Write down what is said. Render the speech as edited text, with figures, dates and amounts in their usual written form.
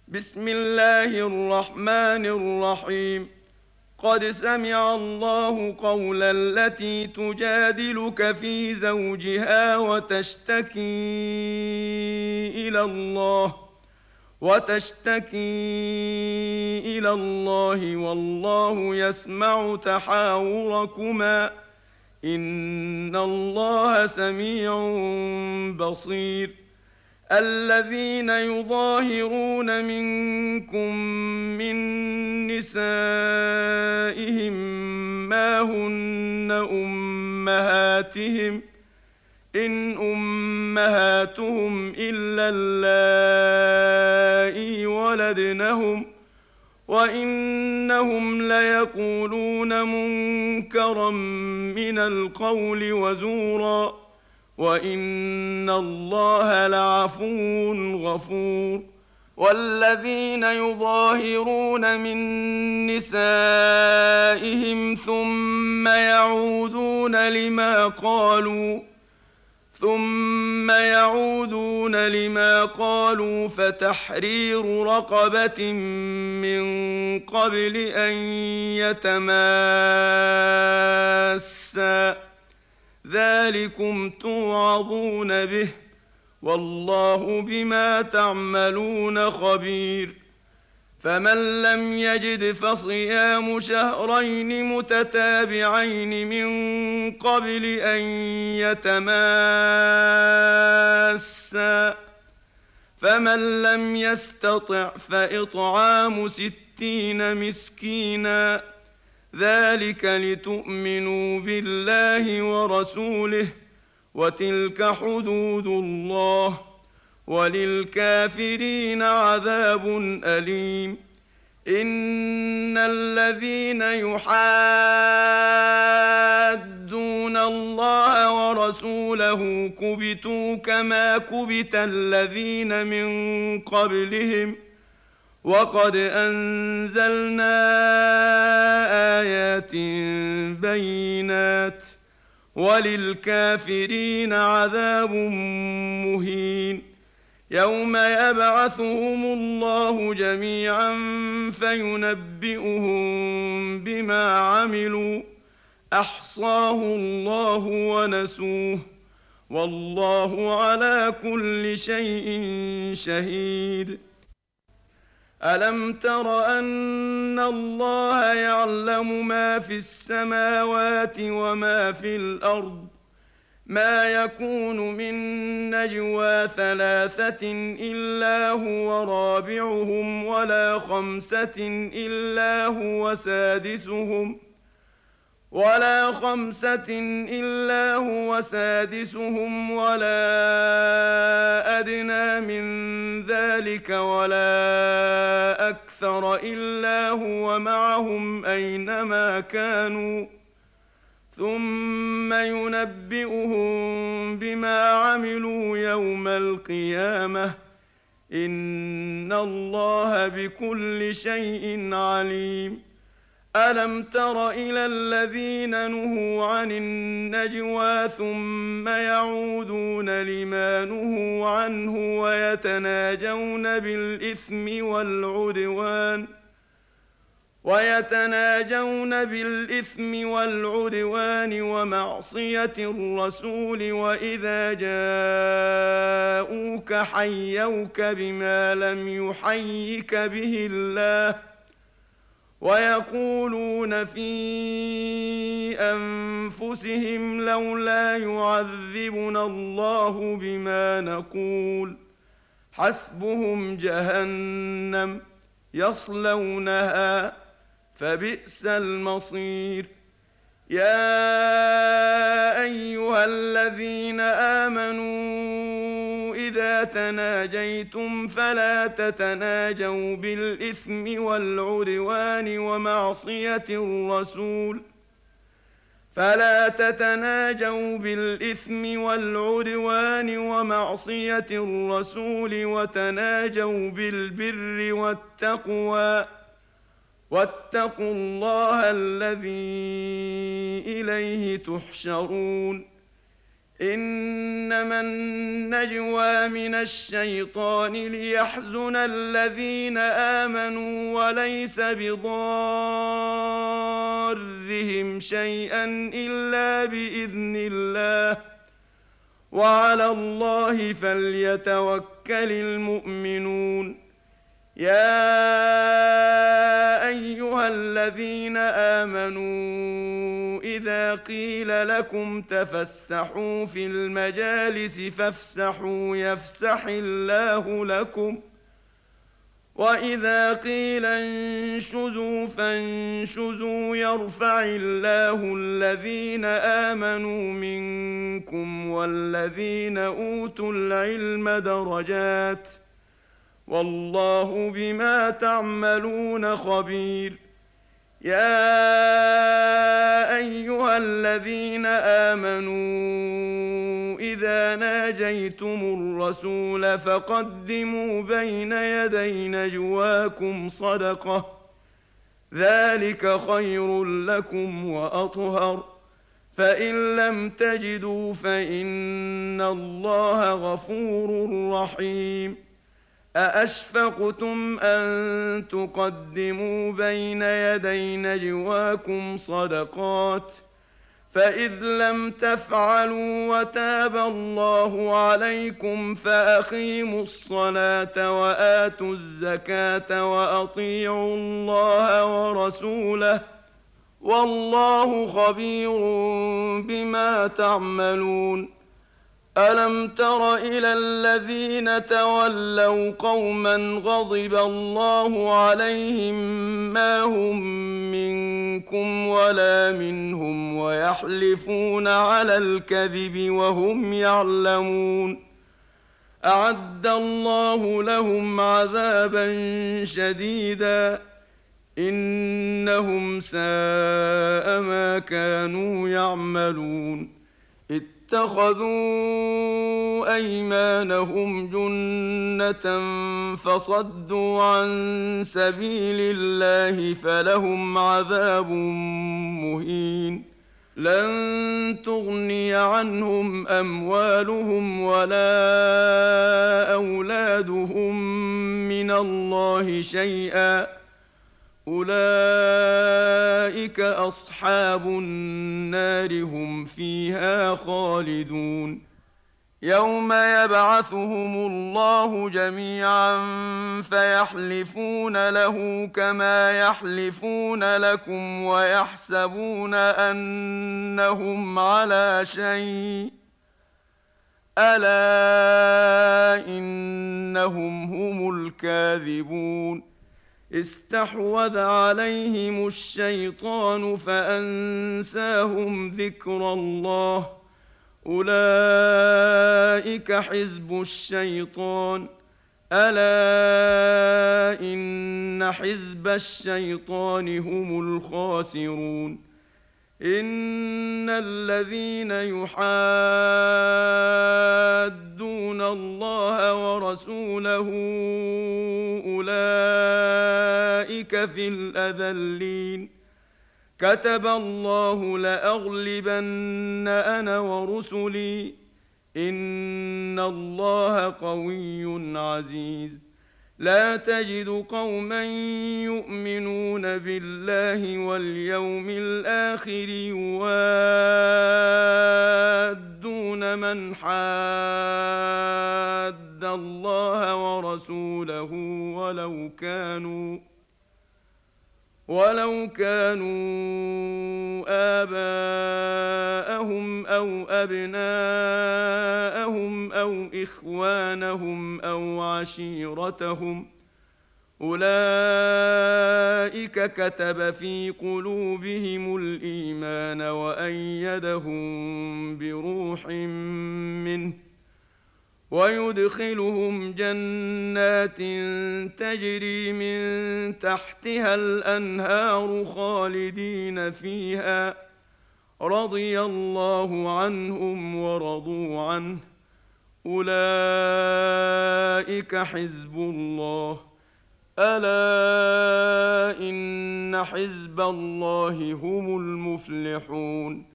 بسم الله الرحمن الرحيم. قد سمع الله قول التي تجادلك في زوجها وتشتكي إلى الله والله يسمع تحاوركما إن الله سميع بصير. الذين يظاهرون منكم من نسائهم ما هن أمهاتهم إن أمهاتهم إلا اللائي ولدنهم وإنهم ليقولون منكرا من القول وزورا وإن الله لعفو غفور. والذين يظاهرون من نسائهم ثم يعودون لما قالوا فتحرير رقبة من قبل أن يتماسا ذلكم توعظون به والله بما تعملون خبير. فمن لم يجد فصيام شهرين متتابعين من قبل أن يتماسا فمن لم يستطع فإطعام 60 مسكينا ذلك لتؤمنوا بالله ورسوله وتلك حدود الله وللكافرين عذاب أليم. إن الذين يحادون الله ورسوله كبتوا كما كبت الذين من قبلهم وقد أنزلنا آيات بينات وللكافرين عذاب مهين. يوم يبعثهم الله جميعا فينبئهم بما عملوا أحصاه الله ونسوه والله على كل شيء شهيد. ألم تر أن الله يعلم ما في السماوات وما في الأرض ما يكون من نجوى 3 إلا هو رابعهم ولا 5 إلا هو سادسهم ولا أدنى من ذلك ولا أكثر إلا هو معهم أينما كانوا ثم ينبئهم بما عملوا يوم القيامة إن الله بكل شيء عليم. ألم تر إلى الذين نهوا عن النجوى ثم يعودون لما نهوا عنه ويتناجون بالإثم والعدوان ومعصية الرسول وإذا جاءوك حيوك بما لم يحيك به الله ويقولون في أنفسهم لولا يعذبنا الله بما نقول حسبهم جهنم يصلونها فبئس المصير. يا أيها الذين آمنوا إذا تناجيتم فلا تتناجوا بالإثم والعدوان ومعصية الرسول وتناجوا بالبر والتقوى واتقوا الله الذي إليه تحشرون. إنما النجوى من الشيطان ليحزن الذين آمنوا وليس بضارهم شيئا إلا بإذن الله وعلى الله فليتوكل المؤمنون. يا أيها الذين آمنوا إذا قيل لكم تفسحوا في المجالس فافسحوا يفسح الله لكم وإذا قيل انشزوا فانشزوا يرفع الله الذين آمنوا منكم والذين أوتوا العلم درجات والله بما تعملون خبير. يا أيها الذين آمنوا إذا ناجيتم الرسول فقدموا بين يدي نجواكم صدقة ذلك خير لكم وأطهر فإن لم تجدوا فإن الله غفور رحيم. أأشفقتم أن تقدموا بين يدي نجواكم صدقات فإذ لم تفعلوا وتاب الله عليكم فأقيموا الصلاة وآتوا الزكاة وأطيعوا الله ورسوله والله خبير بما تعملون. ألم تر إلى الذين تولوا قوما غضب الله عليهم ما هم منكم ولا منهم ويحلفون على الكذب وهم يعلمون أعد الله لهم عذابا شديدا إنهم ساء ما كانوا يعملون. اتخذوا أيمانهم جنة فصدوا عن سبيل الله فلهم عذاب مهين. لن تغني عنهم أموالهم ولا أولادهم من الله شيئا أولئك أصحاب النار هم فيها خالدون. يوم يبعثهم الله جميعا فيحلفون له كما يحلفون لكم ويحسبون أنهم على شيء ألا إنهم هم الكاذبون. استحوذ عليهم الشيطان فأنساهم ذكر الله أولئك حزب الشيطان ألا إن حزب الشيطان هم الخاسرون. إن الذين يحادون الله ورسوله أولئك في الأذلين. كتب الله لأغلبن أنا ورسلي إن الله قوي عزيز. لا تجد قوما يؤمنون بالله واليوم الآخر يوادون من حاد الله ورسوله ولو كانوا آباءهم أو أبناءهم أو إخوانهم أو عشيرتهم أولئك كتب في قلوبهم الإيمان وأيدهم بروح منه ويدخلهم جنات تجري من تحتها الأنهار خالدين فيها رضي الله عنهم ورضوا عنه أولئك حزب الله ألا إن حزب الله هم المفلحون.